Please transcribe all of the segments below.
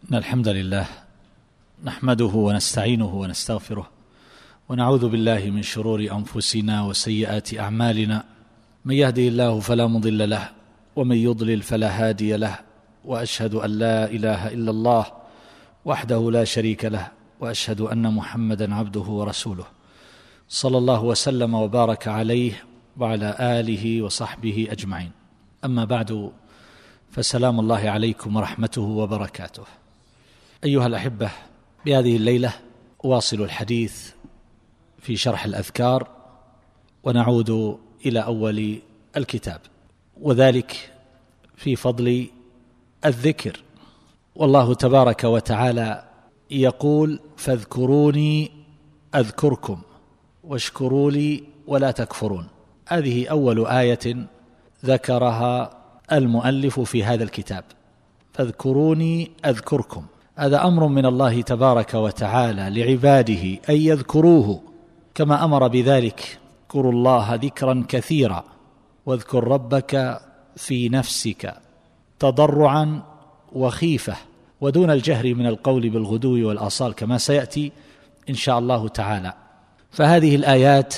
إن الحمد لله نحمده ونستعينه ونستغفره ونعوذ بالله من شرور أنفسنا وسيئات أعمالنا. من يهده الله فلا مضل له ومن يضلل فلا هادي له، وأشهد أن لا إله إلا الله وحده لا شريك له، وأشهد أن محمدا عبده ورسوله صلى الله وسلم وبارك عليه وعلى آله وصحبه أجمعين. أما بعد، فسلام الله عليكم ورحمته وبركاته. أيها الأحبة، بهذه الليلة أواصل الحديث في شرح الأذكار، ونعود إلى أول الكتاب، وذلك في فضل الذكر. والله تبارك وتعالى يقول: فاذكروني أذكركم واشكروا لي ولا تكفرون. هذه أول آية ذكرها المؤلف في هذا الكتاب، فاذكروني أذكركم. هذا أمر من الله تبارك وتعالى لعباده أن يذكروه كما أمر بذلك: اذكروا الله ذكرا كثيرا واذكر ربك في نفسك تضرعا وخيفة ودون الجهر من القول بالغدو والآصال، كما سيأتي إن شاء الله تعالى. فهذه الآيات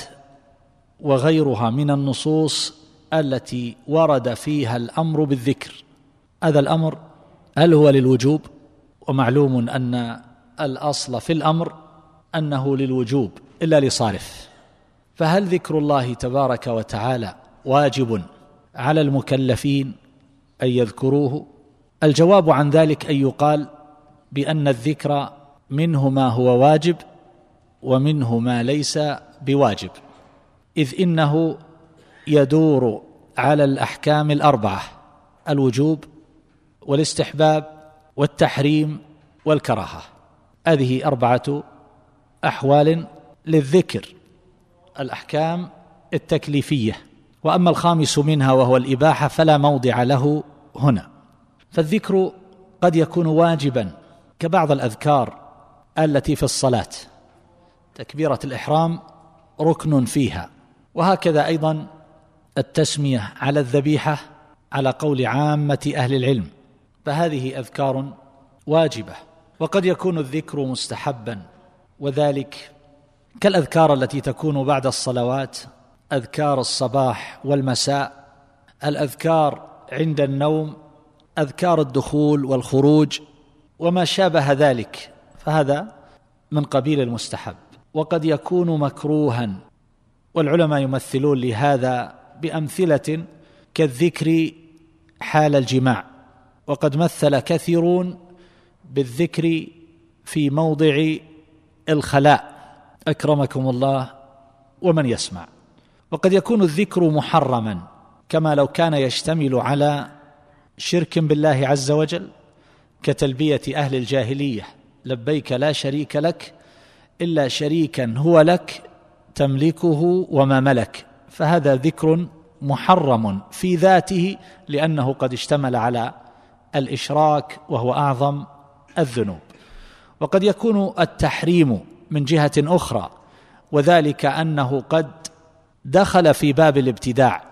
وغيرها من النصوص التي ورد فيها الأمر بالذكر، هذا الأمر هل هو للوجوب؟ ومعلوم أن الأصل في الأمر أنه للوجوب إلا لصارف. فهل ذكر الله تبارك وتعالى واجب على المكلفين أن يذكروه؟ الجواب عن ذلك أن يقال بأن الذكر منه ما هو واجب ومنه ما ليس بواجب، إذ إنه يدور على الأحكام الأربعة: الوجوب والاستحباب والتحريم والكراهة. هذه أربعة أحوال للذكر، الأحكام التكليفية. وأما الخامس منها وهو الإباحة فلا موضع له هنا. فالذكر قد يكون واجبا كبعض الأذكار التي في الصلاة، تكبيرة الإحرام ركن فيها، وهكذا أيضا التسمية على الذبيحة على قول عامة أهل العلم، فهذه أذكار واجبة. وقد يكون الذكر مستحبا، وذلك كالأذكار التي تكون بعد الصلوات، أذكار الصباح والمساء، الأذكار عند النوم، أذكار الدخول والخروج وما شابه ذلك، فهذا من قبيل المستحب. وقد يكون مكروها، والعلماء يمثلون لهذا بأمثلة كالذكر حال الجماع، وقد مثل كثيرون بالذكر في موضع الخلاء أكرمكم الله ومن يسمع. وقد يكون الذكر محرما، كما لو كان يشتمل على شرك بالله عز وجل، كتلبية أهل الجاهلية: لبيك لا شريك لك إلا شريكا هو لك تملكه وما ملك. فهذا ذكر محرم في ذاته، لأنه قد اشتمل على الإشراك وهو أعظم الذنوب. وقد يكون التحريم من جهة أخرى، وذلك أنه قد دخل في باب الابتداع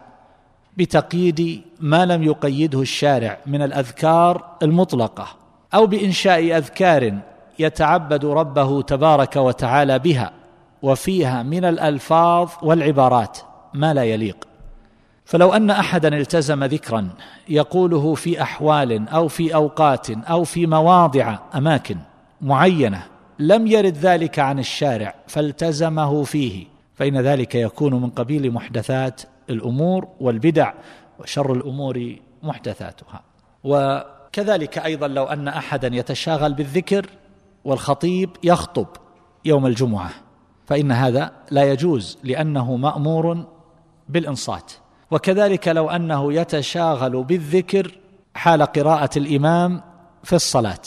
بتقييد ما لم يقيده الشارع من الأذكار المطلقة، أو بإنشاء أذكار يتعبد ربه تبارك وتعالى بها، وفيها من الألفاظ والعبارات ما لا يليق. فلو أن أحدا التزم ذكرا يقوله في أحوال أو في أوقات أو في مواضع أماكن معينة لم يرد ذلك عن الشارع فالتزمه فيه، فإن ذلك يكون من قبيل محدثات الأمور والبدع، وشر الأمور محدثاتها. وكذلك أيضا لو أن أحدا يتشاغل بالذكر والخطيب يخطب يوم الجمعة، فإن هذا لا يجوز، لأنه مأمور بالإنصات. وكذلك لو أنه يتشاغل بالذكر حال قراءة الإمام في الصلاة.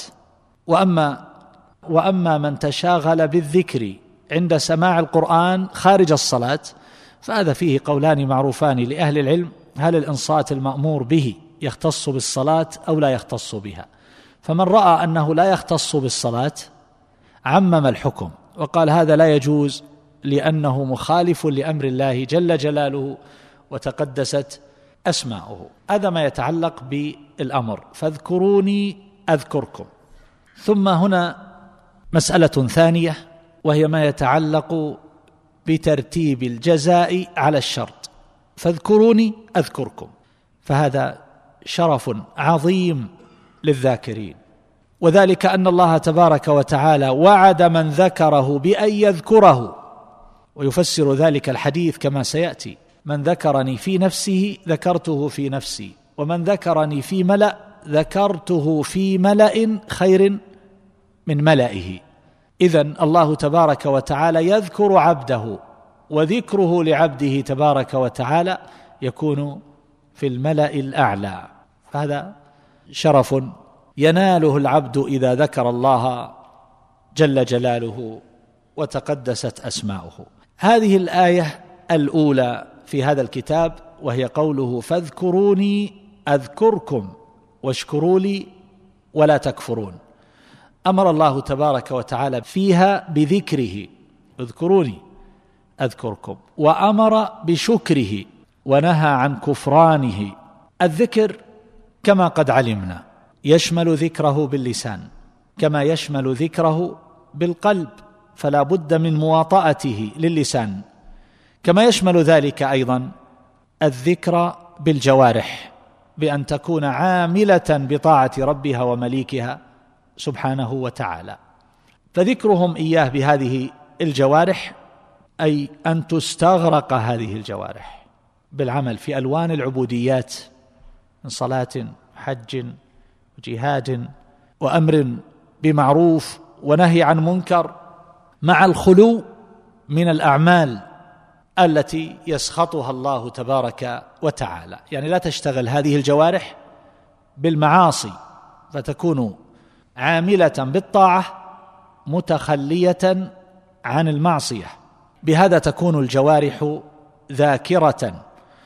وأما من تشاغل بالذكر عند سماع القرآن خارج الصلاة، فهذا فيه قولان معروفان لأهل العلم: هل الإنصات المأمور به يختص بالصلاة أو لا يختص بها؟ فمن رأى أنه لا يختص بالصلاة عمم الحكم وقال هذا لا يجوز، لأنه مخالف لأمر الله جل جلاله وتقدست أسماؤه. هذا ما يتعلق بالأمر: فاذكروني أذكركم. ثم هنا مسألة ثانية، وهي ما يتعلق بترتيب الجزاء على الشرط، فاذكروني أذكركم، فهذا شرف عظيم للذاكرين، وذلك أن الله تبارك وتعالى وعد من ذكره بأن يذكره، ويفسر ذلك الحديث كما سيأتي: من ذكرني في نفسه ذكرته في نفسي، ومن ذكرني في ملأ ذكرته في ملأ خير من ملئه. إذن الله تبارك وتعالى يذكر عبده، وذكره لعبده تبارك وتعالى يكون في الملأ الأعلى، فهذا شرف يناله العبد إذا ذكر الله جل جلاله وتقدست أسماؤه. هذه الآية الأولى في هذا الكتاب، وهي قوله: فاذكروني أذكركم واشكروا لي ولا تكفرون. أمر الله تبارك وتعالى فيها بذكره، اذكروني أذكركم، وأمر بشكره ونهى عن كفرانه. الذكر كما قد علمنا يشمل ذكره باللسان كما يشمل ذكره بالقلب، فلا بد من مواطأته للسان، كما يشمل ذلك أيضا الذكر بالجوارح، بأن تكون عاملة بطاعة ربها ومليكها سبحانه وتعالى. فذكرهم إياه بهذه الجوارح أي أن تستغرق هذه الجوارح بالعمل في ألوان العبوديات من صلاة حج وجهاد وأمر بمعروف ونهي عن منكر، مع الخلو من الأعمال التي يسخطها الله تبارك وتعالى. يعني لا تشتغل هذه الجوارح بالمعاصي فتكون عاملة بالطاعة متخلية عن المعصية، بهذا تكون الجوارح ذاكرة.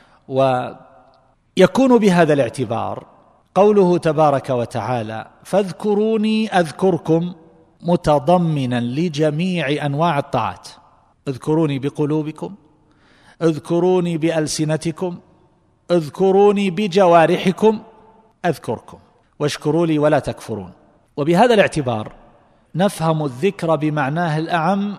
ويكون بهذا الاعتبار قوله تبارك وتعالى: فاذكروني أذكركم، متضمنا لجميع أنواع الطاعات. اذكروني بقلوبكم، اذكروني بألسنتكم، اذكروني بجوارحكم أذكركم، واشكروا لي ولا تكفرون. وبهذا الاعتبار نفهم الذكر بمعناه الأعم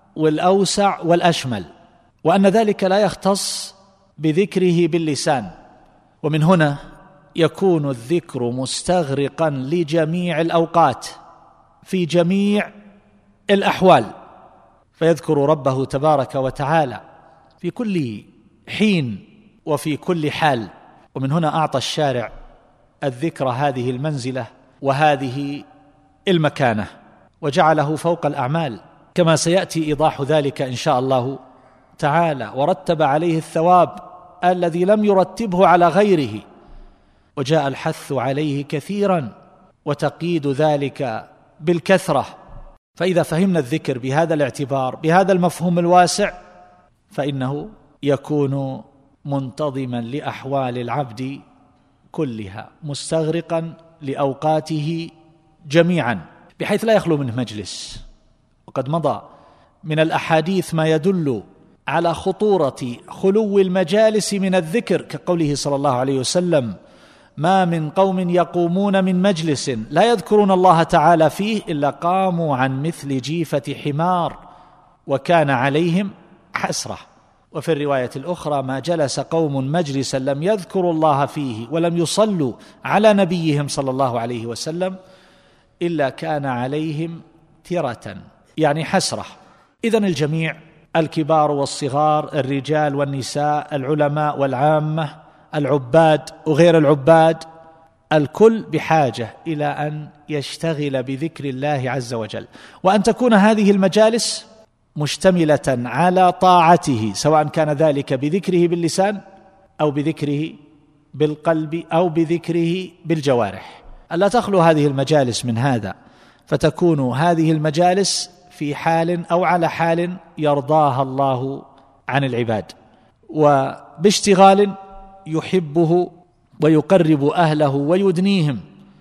والأوسع والأشمل، وأن ذلك لا يختص بذكره باللسان. ومن هنا يكون الذكر مستغرقا لجميع الأوقات في جميع الأحوال، فيذكر ربه تبارك وتعالى في كل حين وفي كل حال. ومن هنا أعطى الشارع الذكر هذه المنزلة وهذه المكانة، وجعله فوق الأعمال كما سيأتي إيضاح ذلك إن شاء الله تعالى، ورتب عليه الثواب الذي لم يرتبه على غيره، وجاء الحث عليه كثيرا وتقييد ذلك بالكثرة. فإذا فهمنا الذكر بهذا الاعتبار بهذا المفهوم الواسع فإنه يكون منتظما لأحوال العبد كلها، مستغرقا لأوقاته جميعا، بحيث لا يخلو منه مجلس. وقد مضى من الأحاديث ما يدل على خطورة خلو المجالس من الذكر، كقوله صلى الله عليه وسلم: ما من قوم يقومون من مجلس لا يذكرون الله تعالى فيه إلا قاموا عن مثل جيفة حمار وكان عليهم حسرة. وفي الرواية الأخرى: ما جلس قوم مجلسا لم يذكروا الله فيه ولم يصلوا على نبيهم صلى الله عليه وسلم إلا كان عليهم ترة، يعني حسرة. إذن الجميع، الكبار والصغار، الرجال والنساء، العلماء والعامة، العباد وغير العباد، الكل بحاجة إلى أن يشتغل بذكر الله عز وجل، وأن تكون هذه المجالس مشتملة على طاعته، سواء كان ذلك بذكره باللسان أو بذكره بالقلب أو بذكره بالجوارح. ألا تخلو هذه المجالس من هذا، فتكون هذه المجالس في حال أو على حال يرضاها الله عن العباد، وباشتغال يحبه ويقرب أهله ويدنيهم،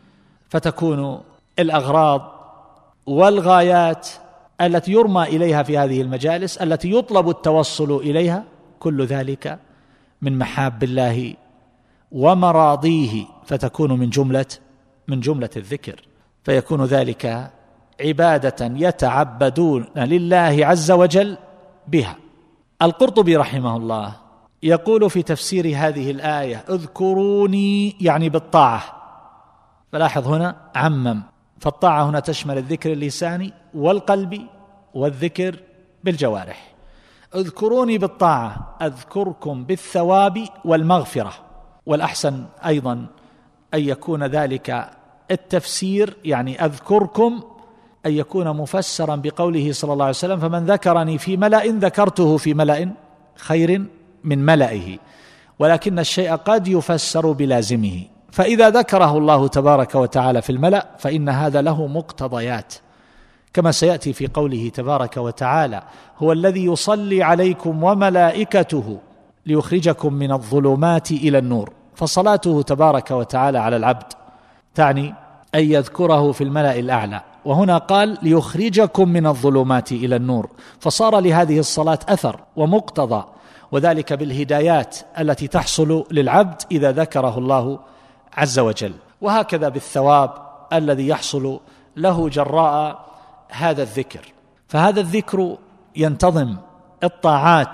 فتكون الأغراض والغايات التي يرمى إليها في هذه المجالس، التي يطلب التوصل إليها، كل ذلك من محاب الله ومراضيه، فتكون من جملة الذكر. فيكون ذلك عبادة يتعبدون لله عز وجل بها. القرطبي رحمه الله يقول في تفسير هذه الآية: اذكروني يعني بالطاعة. فلاحظ هنا عمم، فالطاعة هنا تشمل الذكر اللساني والقلبي والذكر بالجوارح. اذكروني بالطاعة أذكركم بالثواب والمغفرة. والأحسن أيضا أن يكون ذلك التفسير، يعني أذكركم أن يكون مفسرا بقوله صلى الله عليه وسلم: فمن ذكرني في ملأ ذكرته في ملأ خير من ملئه. ولكن الشيء قد يفسر بلازمه، فإذا ذكره الله تبارك وتعالى في الملأ فإن هذا له مقتضيات، كما سيأتي في قوله تبارك وتعالى: هو الذي يصلي عليكم وملائكته ليخرجكم من الظلمات إلى النور. فصلاته تبارك وتعالى على العبد تعني أن يذكره في الملأ الأعلى، وهنا قال ليخرجكم من الظلمات إلى النور، فصار لهذه الصلاة أثر ومقتضى، وذلك بالهدايات التي تحصل للعبد إذا ذكره الله عز وجل. وهكذا بالثواب الذي يحصل له جراء هذا الذكر. فهذا الذكر ينتظم الطاعات،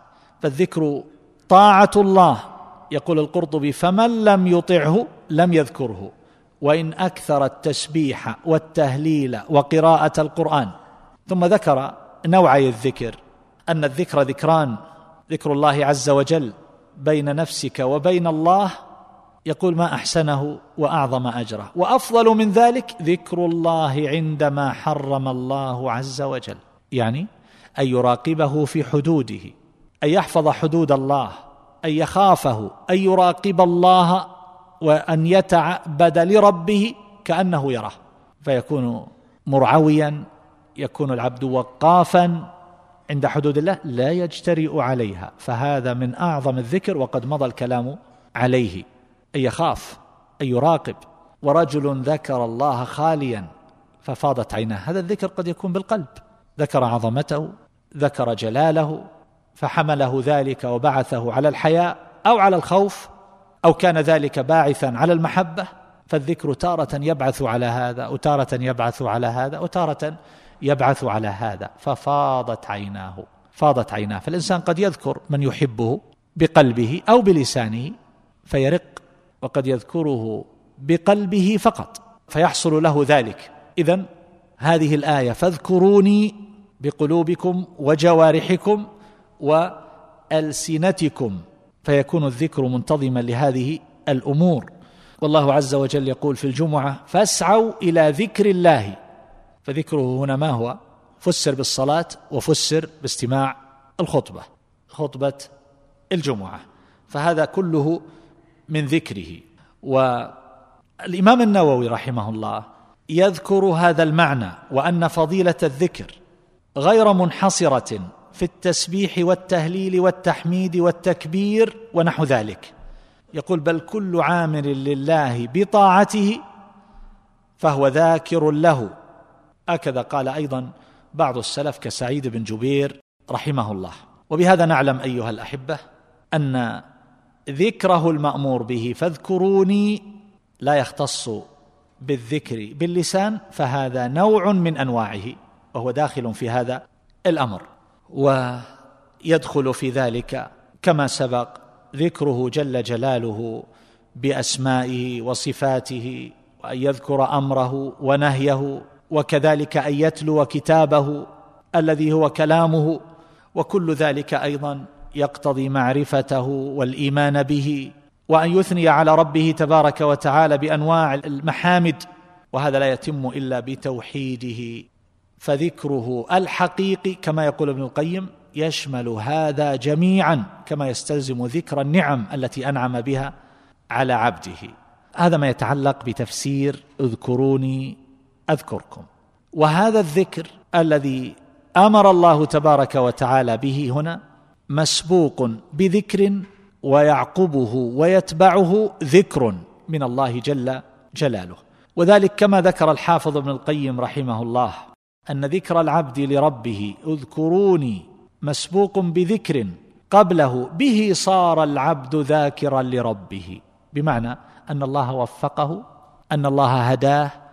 فالذكر طاعة الله. يقول القرطبي: فمن لم يطعه لم يذكره وإن أكثر التسبيح والتهليل وقراءة القرآن. ثم ذكر نوعي الذكر، أن الذكر ذكران: ذكر الله عز وجل بين نفسك وبين الله، يقول: ما أحسنه وأعظم أجره، وأفضل من ذلك ذكر الله عندما حرم الله عز وجل، يعني أن يراقبه في حدوده، أن يحفظ حدود الله، أن يخافه، أن يراقب الله، وأن يتعبد لربه كأنه يراه، فيكون مرعويا، يكون العبد وقافا عند حدود الله لا يجترئ عليها. فهذا من أعظم الذكر، وقد مضى الكلام عليه. أن يخاف، أن يراقب. ورجل ذكر الله خاليا ففاضت عيناه، هذا الذكر قد يكون بالقلب، ذكر عظمته، ذكر جلاله، فحمله ذلك وبعثه على الحياء أو على الخوف، أو كان ذلك باعثا على المحبة. فالذكر تارة يبعث على هذا، وتارة يبعث على هذا، وتارة يبعث على هذا. ففاضت عيناه، فاضت عيناه. فالإنسان قد يذكر من يحبه بقلبه أو بلسانه فيرق، وقد يذكره بقلبه فقط فيحصل له ذلك. إذن هذه الآية: فاذكروني بقلوبكم وجوارحكم وألسنتكم، فيكون الذكر منتظما لهذه الأمور. والله عز وجل يقول في الجمعة: فاسعوا إلى ذكر الله. فذكره هنا ما هو؟ فسر بالصلاة، وفسر باستماع الخطبة، خطبة الجمعة، فهذا كله من ذكره. والإمام النووي رحمه الله يذكر هذا المعنى، وأن فضيلة الذكر غير منحصرة في التسبيح والتهليل والتحميد والتكبير ونحو ذلك. يقول: بل كل عامر لله بطاعته فهو ذاكر له. هكذا قال أيضا بعض السلف كسعيد بن جبير رحمه الله. وبهذا نعلم أيها الأحبة أن ذكره المأمور به فاذكروني لا يختص بالذكر باللسان، فهذا نوع من أنواعه وهو داخل في هذا الأمر. ويدخل في ذلك كما سبق ذكره جل جلاله بأسمائه وصفاته، وأن يذكر أمره ونهيه، وكذلك أن يتلو كتابه الذي هو كلامه. وكل ذلك أيضا يقتضي معرفته والإيمان به، وأن يثني على ربه تبارك وتعالى بأنواع المحامد، وهذا لا يتم إلا بتوحيده. فذكره الحقيقي كما يقول ابن القيم يشمل هذا جميعا، كما يستلزم ذكر النعم التي أنعم بها على عبده. هذا ما يتعلق بتفسير اذكروني أذكركم. وهذا الذكر الذي أمر الله تبارك وتعالى به هنا مسبوق بذكر ويعقبه ويتبعه ذكر من الله جل جلاله. وذلك كما ذكر الحافظ ابن القيم رحمه الله أن ذكر العبد لربه اذكروني مسبوق بذكر قبله به صار العبد ذاكرا لربه، بمعنى أن الله وفقه، أن الله هداه،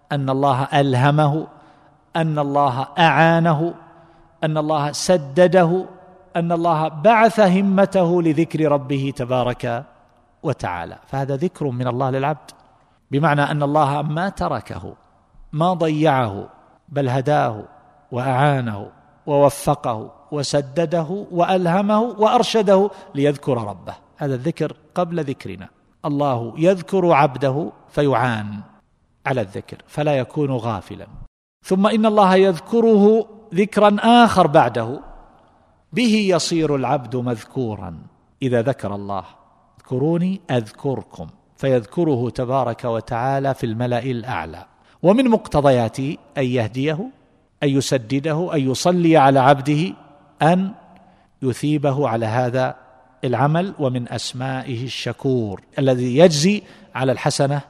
أن الله ألهمه، أن الله أعانه، أن الله سدده، أن الله بعث همته لذكر ربه تبارك وتعالى. فهذا ذكر من الله للعبد، بمعنى أن الله ما تركه، ما ضيعه، بل هداه وأعانه ووفقه وسدده وألهمه وأرشده ليذكر ربه. هذا الذكر قبل ذكرنا. الله يذكر عبده فيعان على الذكر فلا يكون غافلا، ثم إن الله يذكره ذكرا آخر بعده به يصير العبد مذكورا. إذا ذكر الله اذكروني أذكركم، فيذكره تبارك وتعالى في الملأ الأعلى. ومن مقتضياته أن يهديه، أن يسدده، أن يصلي على عبده، أن يثيبه على هذا العمل. ومن أسمائه الشكور الذي يجزي على الحسنة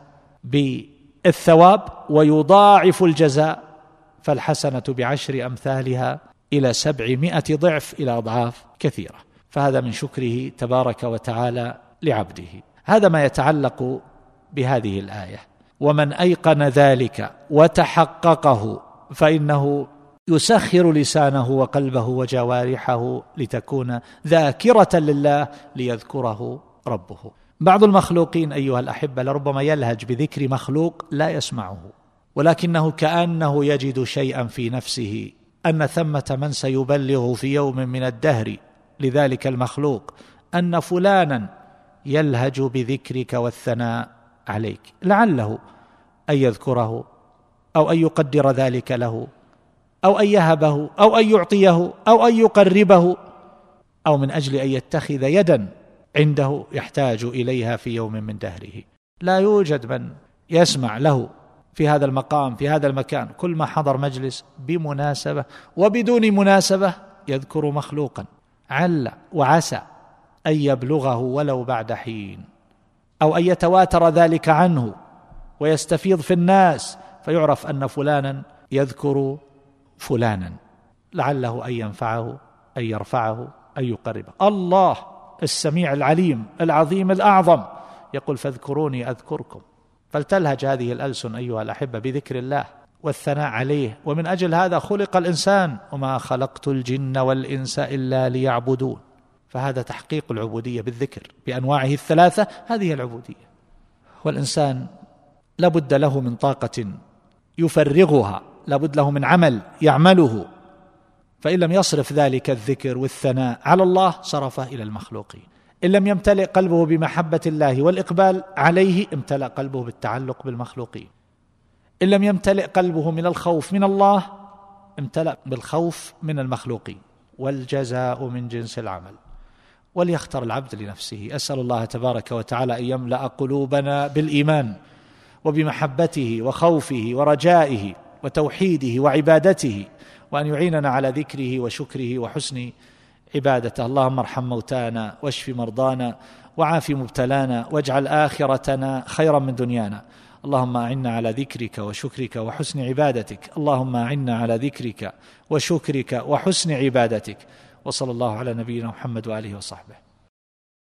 بالثواب ويضاعف الجزاء، فالحسنة ب10 أمثالها إلى 700 ضعف، إلى أضعاف كثيرة. فهذا من شكره تبارك وتعالى لعبده. هذا ما يتعلق بهذه الآية. ومن أيقن ذلك وتحققه فإنه يسخر لسانه وقلبه وجوارحه لتكون ذاكرة لله ليذكره ربه. بعض المخلوقين أيها الأحبة لربما يلهج بذكر مخلوق لا يسمعه، ولكنه كأنه يجد شيئا في نفسه أن ثمة من سيبلغ في يوم من الدهر لذلك المخلوق أن فلانا يلهج بذكرك والثناء عليك، لعله أن يذكره أو أن يقدر ذلك له أو أن يهبه أو أن يعطيه أو أن يقربه، أو من أجل أن يتخذ يدا عنده يحتاج إليها في يوم من دهره. لا يوجد من يسمع له في هذا المقام في هذا المكان، كل ما حضر مجلس بمناسبة وبدون مناسبة يذكر مخلوقا عل وعسى أن يبلغه ولو بعد حين، أو أن يتواتر ذلك عنه ويستفيض في الناس فيعرف أن فلانا يذكر فلانا، لعله أن ينفعه، أن يرفعه، أن يقربه. الله السميع العليم العظيم الأعظم يقول فاذكروني أذكركم. فلتلهج هذه الألسن أيها الأحبة بذكر الله والثناء عليه. ومن أجل هذا خلق الإنسان، وما خلقت الجن والإنس إلا ليعبدون. فهذا تحقيق العبودية بالذكر بأنواعه الثلاثة، هذه العبودية. والإنسان لابد له من طاقة يفرغها، لابد له من عمل يعمله، فإن لم يصرف ذلك الذكر والثناء على الله صرفه إلى المخلوقين. إن لم يمتلئ قلبه بمحبة الله والإقبال عليه امتلأ قلبه بالتعلق بالمخلوقين. إن لم يمتلئ قلبه من الخوف من الله امتلأ بالخوف من المخلوقين، والجزاء من جنس العمل. وليختار العبد لنفسه. أسأل الله تبارك وتعالى أن يملأ قلوبنا بالإيمان وبمحبته وخوفه ورجائه وتوحيده وعبادته، وأن يعيننا على ذكره وشكره وحسن عبادته. اللهم ارحم موتانا واشف مرضانا وعاف مبتلانا واجعل آخرتنا خيرا من دنيانا. اللهم أعنا على ذكرك وشكرك وحسن عبادتك. اللهم أعنا على ذكرك وشكرك وحسن عبادتك. وصلى الله على نبينا محمد وآله وصحبه.